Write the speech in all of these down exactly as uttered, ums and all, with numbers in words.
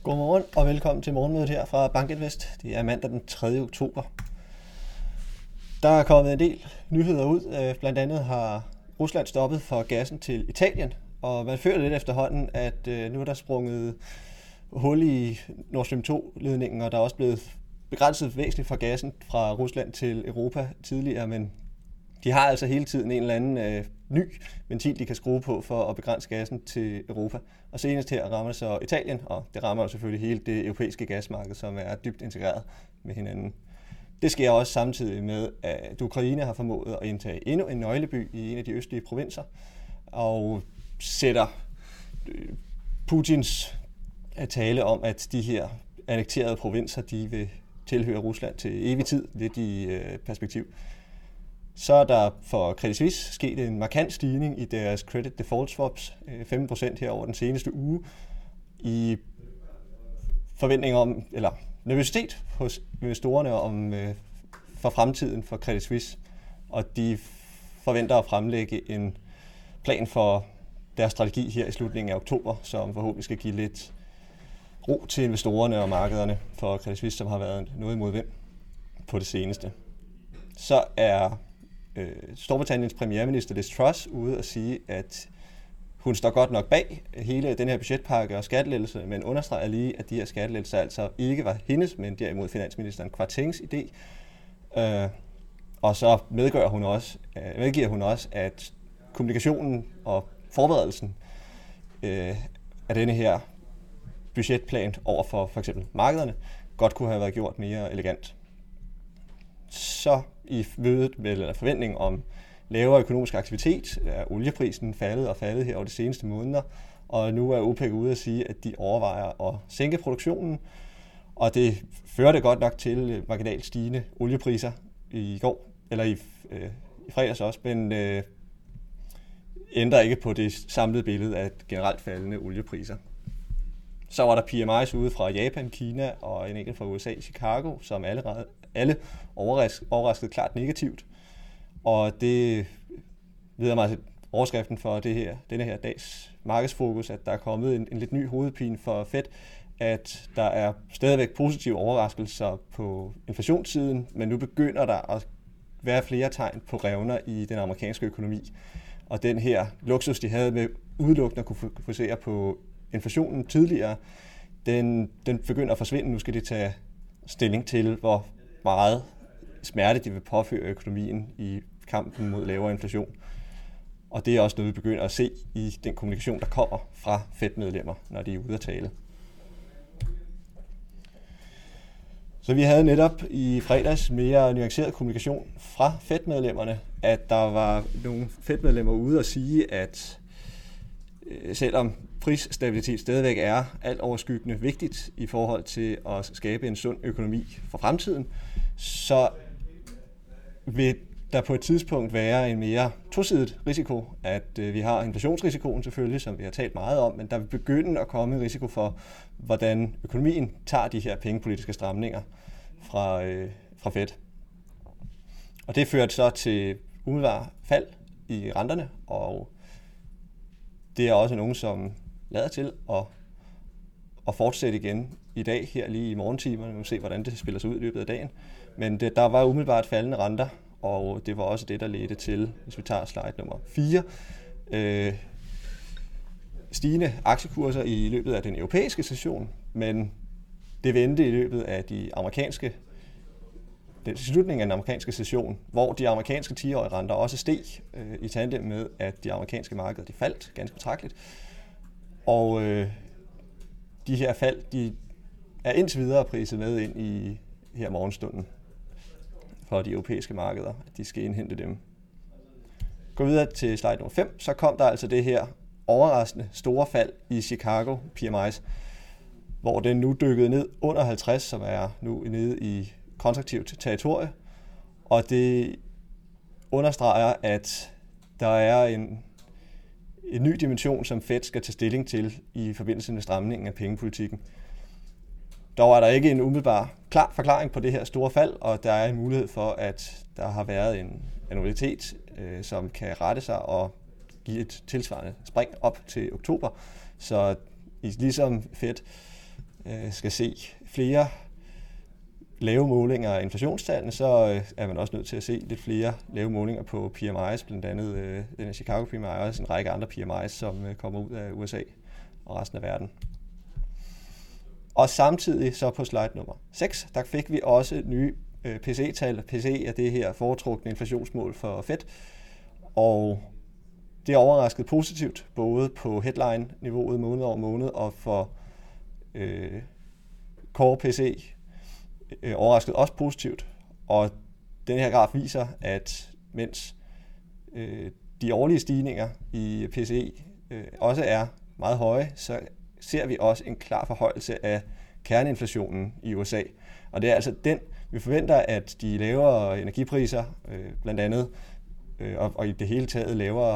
Godmorgen og velkommen til morgenmødet her fra BankInvest. Det er mandag den tredje oktober. Der er kommet en del nyheder ud. Blandt andet har Rusland stoppet for gassen til Italien, og man føler lidt efterhånden, at nu er der sprunget hul i Nord Stream to-ledningen, og der er også blevet begrænset væsentligt for gassen fra Rusland til Europa tidligere, men de har altså hele tiden en eller anden øh, ny ventil, de kan skrue på for at begrænse gassen til Europa. Og senest her rammer så Italien, og det rammer jo selvfølgelig hele det europæiske gasmarked, som er dybt integreret med hinanden. Det sker også samtidig med, at Ukraine har formået at indtage endnu en nøgleby i en af de østlige provinser, og sætter Putins tale om, at de her annekterede provinser, de vil tilhøre Rusland til evig tid, lidt i øh, perspektiv. Så er der for Credit Suisse sket en markant stigning i deres credit default swaps, femten procent her over den seneste uge, i forventning om, eller nervøsitet hos investorerne om, øh, for fremtiden for Credit Suisse, og de forventer at fremlægge en plan for deres strategi her i slutningen af oktober, som forhåbentlig skal give lidt ro til investorerne og markederne for Credit Suisse, som har været noget modvind på det seneste. Så er Storbritanniens premierminister Liz Truss ude og sige, at hun står godt nok bag hele den her budgetpakke og skattelettelse, men understreger lige, at de her skattelettelser altså ikke var hendes, men derimod finansministeren Kwartengs idé. Og så medgør hun også, medgiver hun også, at kommunikationen og forberedelsen af denne her budgetplan over for f.eks. markederne godt kunne have været gjort mere elegant. Så i mødet med eller forventning om lavere økonomisk aktivitet er olieprisen faldet og faldet her over de seneste måneder, og nu er OPEC ude at sige, at de overvejer at sænke produktionen, og det fører det godt nok til marginalt stigende oliepriser i går, eller i, øh, i fredags også, men øh, ændrer ikke på det samlede billede af generelt faldende oliepriser. Så var der P M I's ude fra Japan, Kina og en enkelt fra U S A, Chicago, som allerede alle overrasket, overrasket klart negativt. Og det leder mig til overskriften for det her, denne her dags markedsfokus, at der er kommet en, en lidt ny hovedpine for Fed, at der er stadigvæk positive overraskelser på inflationssiden, men nu begynder der at være flere tegn på revner i den amerikanske økonomi. Og den her luksus, de havde med udelukkende at kunne fokusere på inflationen tidligere, den, den begynder at forsvinde. Nu skal de tage stilling til, hvor meget smerte de vil påføre økonomien i kampen mod lavere inflation. Og det er også noget, vi begynder at se i den kommunikation, der kommer fra Fed-medlemmer, når de er ude at tale. Så vi havde netop i fredags mere nuanceret kommunikation fra Fed-medlemmerne, at der var nogle Fed-medlemmer ude at sige, at selvom prisstabilitet stadigvæk er alt overskyggende vigtigt i forhold til at skabe en sund økonomi for fremtiden, så vil der på et tidspunkt være en mere tosidet risiko, at vi har inflationsrisikoen selvfølgelig, som vi har talt meget om, men der vil begynde at komme en risiko for, hvordan økonomien tager de her pengepolitiske stramninger fra, øh, fra Fed. Og det førte så til umiddelbart fald i renterne, og det er også nogen, som lader til at, at fortsætte igen i dag, her lige i morgentimerne. Vi må se, hvordan det spiller sig ud i løbet af dagen. Men det, der var umiddelbart faldende renter, og det var også det, der ledte til, hvis vi tager slide nummer fire, øh, stigende aktiekurser i løbet af den europæiske session, men det vendte i løbet af de amerikanske den slutningen af den amerikanske session, hvor de amerikanske ti-årige renter også steg øh, i tandem med, at de amerikanske markeder de faldt ganske betragteligt. Og øh, de her fald, de er indtil videre priset med ind i her morgenstunden for de europæiske markeder, at de skal indhente dem. Gå videre til slide nummer fem, så kom der altså det her overraskende store fald i Chicago P M I's, hvor den nu dykkede ned under halvtreds, som er nu nede i kontraktivt territorie, og det understreger, at der er en, en ny dimension, som Fed skal tage stilling til i forbindelse med stramningen af pengepolitikken. Dog er der ikke en umiddelbar klar forklaring på det her store fald, og der er en mulighed for, at der har været en annualitet, øh, som kan rette sig og give et tilsvarende spring op til oktober. Så ligesom Fed øh, skal se flere lave målinger af inflationstallene, så øh, er man også nødt til at se lidt flere lave målinger på P M I's, blandt andet øh, den af Chicago P M I og også en række andre P M I's, som øh, kommer ud af U S A og resten af verden. Og samtidig så på slide nummer seks, der fik vi også nye øh, P C E-tal. P C E er det her foretrukne inflationsmål for Fed, og det er overrasket positivt, både på headline-niveauet måned over måned, og for øh, core P C E øh, overrasket også positivt. Og den her graf viser, at mens øh, de årlige stigninger i P C E øh, også er meget høje, så ser vi også en klar forhøjelse af kerneinflationen i U S A. Og det er altså den, vi forventer, at de lavere energipriser, øh, blandt andet, øh, og, og i det hele taget lavere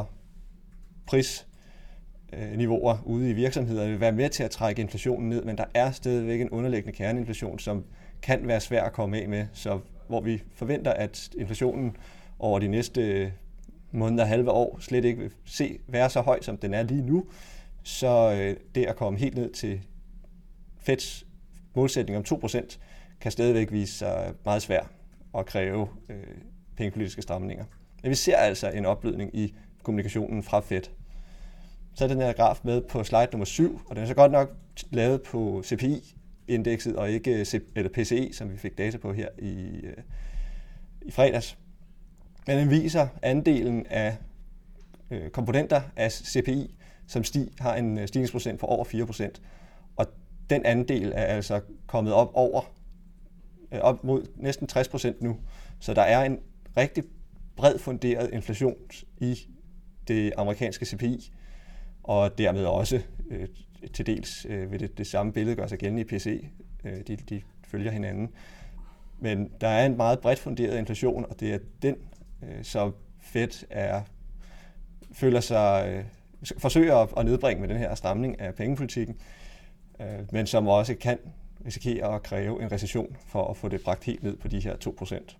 prisniveauer ude i virksomhederne, vil være med til at trække inflationen ned, men der er stadigvæk en underliggende kerneinflation, som kan være svær at komme af med, så hvor vi forventer, at inflationen over de næste måneder og halve år slet ikke vil se være så høj, som den er lige nu, så øh, det at komme helt ned til Feds målsætning om to procent kan stadigvæk vise sig meget svært at kræve øh, pengepolitiske stramninger. Men vi ser altså en opblødning i kommunikationen fra Fed. Så er den her graf med på slide nummer syv, og den er så godt nok lavet på C P I-indekset og ikke eller P C E, som vi fik data på her i, øh, i fredags. Men den viser andelen af øh, komponenter af C P I, som stig, har en stigningsprocent på over fire procent. Og den andel er altså kommet op over øh, op mod næsten tres procent nu. Så der er en rigtig bred funderet inflation i det amerikanske C P I, og dermed også øh, til dels øh, vil det, det samme billede gøre sig gældende i P C E. Øh, de, de følger hinanden. Men der er en meget bredt funderet inflation, og det er den, øh, som Fed er, føler sig, øh, forsøger at, at nedbringe med den her stramning af pengepolitikken, øh, men som også kan risikere at kræve en recession for at få det bragt helt ned på de her to procent.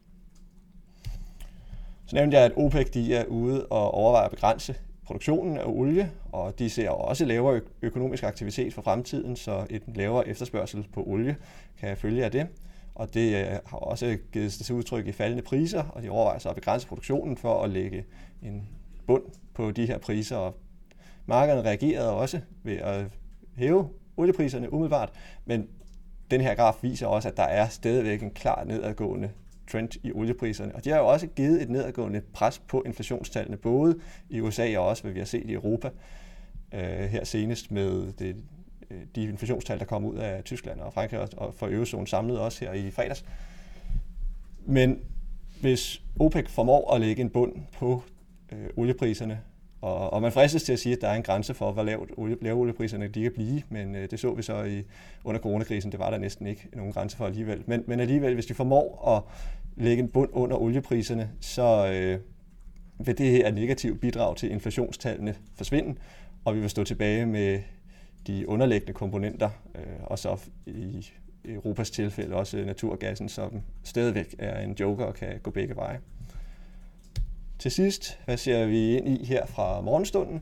Så nævnte jeg, at OPEC de er ude og overvejer at begrænse produktionen af olie, og de ser også lavere økonomisk aktivitet for fremtiden, så et lavere efterspørgsel på olie kan følge af det. Og det har også givet sig udtryk i faldende priser, og de overvejer så at begrænse produktionen for at lægge en bund på de her priser. Og markederne reagerede også ved at hæve oliepriserne umiddelbart, men den her graf viser også, at der er stadigvæk en klar nedadgående trend i oliepriserne, og de har jo også givet et nedadgående pres på inflationstallene, både i U S A og også, hvad vi har set i Europa, øh, her senest med det, de inflationstal, der kom ud af Tyskland og Frankrig, og for eurozonen samlet også her i fredags. Men hvis OPEC formår at lægge en bund på øh, oliepriserne, og, og man fristes til at sige, at der er en grænse for, hvor lavt olie, lave oliepriserne de kan blive, men øh, det så vi så i, under coronakrisen, det var der næsten ikke nogen grænse for alligevel. Men, men alligevel, hvis de formår at lægge en bund under oliepriserne, så øh, vil det her negative bidrag til inflationstallene forsvinde, og vi vil stå tilbage med de underliggende komponenter, øh, og så i Europas tilfælde også naturgassen, som stadigvæk er en joker og kan gå begge veje. Til sidst, hvad ser vi ind i her fra morgenstunden?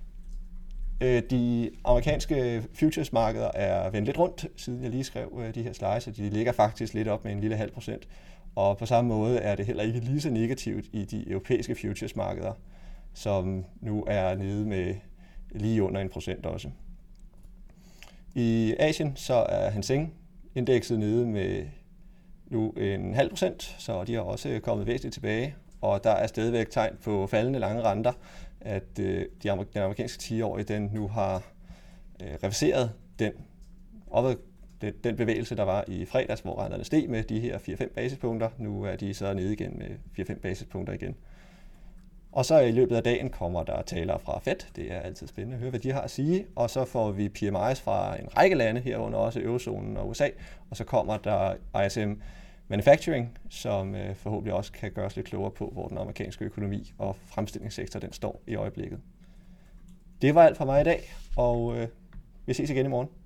De amerikanske futures-markeder er vendt lidt rundt, siden jeg lige skrev de her slides, og de ligger faktisk lidt op med en lille halv procent. Og på samme måde er det heller ikke lige så negativt i de europæiske futures-markeder, som nu er nede med lige under en procent også. I Asien så er Hang Seng-indekset nede med nu en halv procent, så de har også kommet væsentligt tilbage. Og der er stadigvæk tegn på faldende lange renter, at øh, de amer- den amerikanske ti-årige den nu har øh, reverseret den, opad, den, den bevægelse, der var i fredags, hvor renterne steg med de her fire fem basispunkter. Nu er de så nede igen med fire fem basispunkter igen. Og så i løbet af dagen kommer der talere fra Fed. Det er altid spændende at høre, hvad de har at sige. Og så får vi P M I's fra en række lande, herunder også eurozonen og U S A. Og så kommer der I S M Manufacturing, som øh, forhåbentlig også kan gøre os lidt klogere på, hvor den amerikanske økonomi og fremstillingssektor den står i øjeblikket. Det var alt fra mig i dag, og øh, vi ses igen i morgen.